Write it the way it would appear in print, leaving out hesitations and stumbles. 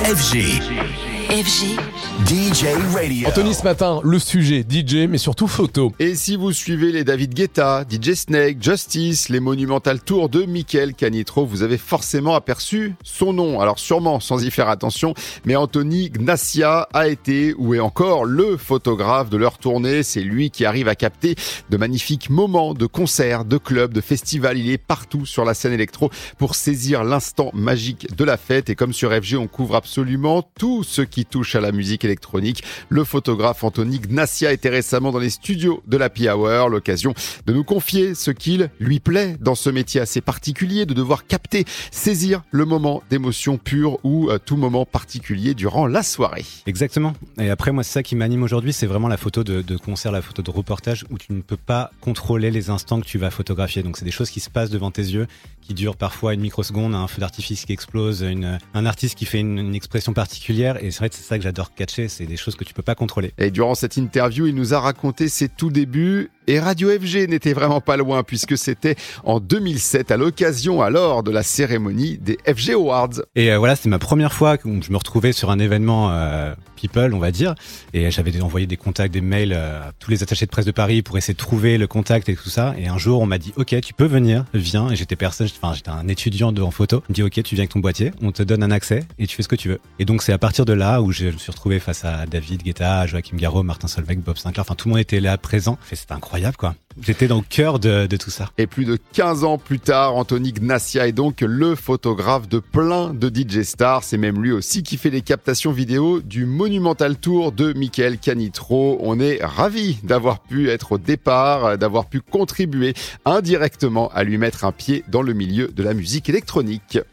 FG. FG. DJ Radio. Anthony, ce matin, le sujet DJ, mais surtout photo. Et si vous suivez les David Guetta, DJ Snake, Justice, les Monumental Tours de Mickaël Canitrot, vous avez forcément aperçu son nom. Alors sûrement sans y faire attention, mais Anthony Gnassia a été ou est encore le photographe de leur tournée. C'est lui qui arrive à capter de magnifiques moments de concerts, de clubs, de festivals. Il est partout sur la scène électro pour saisir l'instant magique de la fête. Et comme sur FG, on couvre absolument tout ce qui touche à la musique électronique. Le photographe Anthony Gnassia était récemment dans les studios de l'Happy Hour, l'occasion de nous confier ce qu'il lui plaît dans ce métier assez particulier, de devoir capter, saisir le moment d'émotion pure ou tout moment particulier durant la soirée. Exactement. Et après, moi, c'est ça qui m'anime aujourd'hui, c'est vraiment la photo de concert, la photo de reportage où tu ne peux pas contrôler les instants que tu vas photographier. Donc, c'est des choses qui se passent devant tes yeux, qui durent parfois une microseconde, un feu d'artifice qui explose, un artiste qui fait une expression particulière. Et c'est vrai que c'est ça que j'adore catcher, c'est des choses que tu peux pas contrôler. Et durant cette interview, il nous a raconté ses tout débuts. Et Radio FG n'était vraiment pas loin puisque c'était en 2007 à l'occasion alors de la cérémonie des FG Awards. Et voilà, c'était ma première fois où je me retrouvais sur un événement people, on va dire. Et j'avais envoyé des contacts, des mails à tous les attachés de presse de Paris pour essayer de trouver le contact et tout ça. Et un jour, on m'a dit, OK, tu peux venir, viens. Et j'étais un étudiant en photo. On me dit, OK, tu viens avec ton boîtier, on te donne un accès et tu fais ce que tu veux. Et donc, c'est à partir de là où je me suis retrouvé face à David Guetta, Joachim Garraud, Martin Solveig, Bob Sinclair. Enfin, tout le monde était là présent. Et c'était incroyable, quoi. J'étais dans le cœur de tout ça. Et plus de 15 ans plus tard, Anthony Gnassia est donc le photographe de plein de DJ stars. C'est même lui aussi qui fait les captations vidéo du Monumental Tour de Mickaël Canitrot. On est ravis d'avoir pu être au départ, d'avoir pu contribuer indirectement à lui mettre un pied dans le milieu de la musique électronique.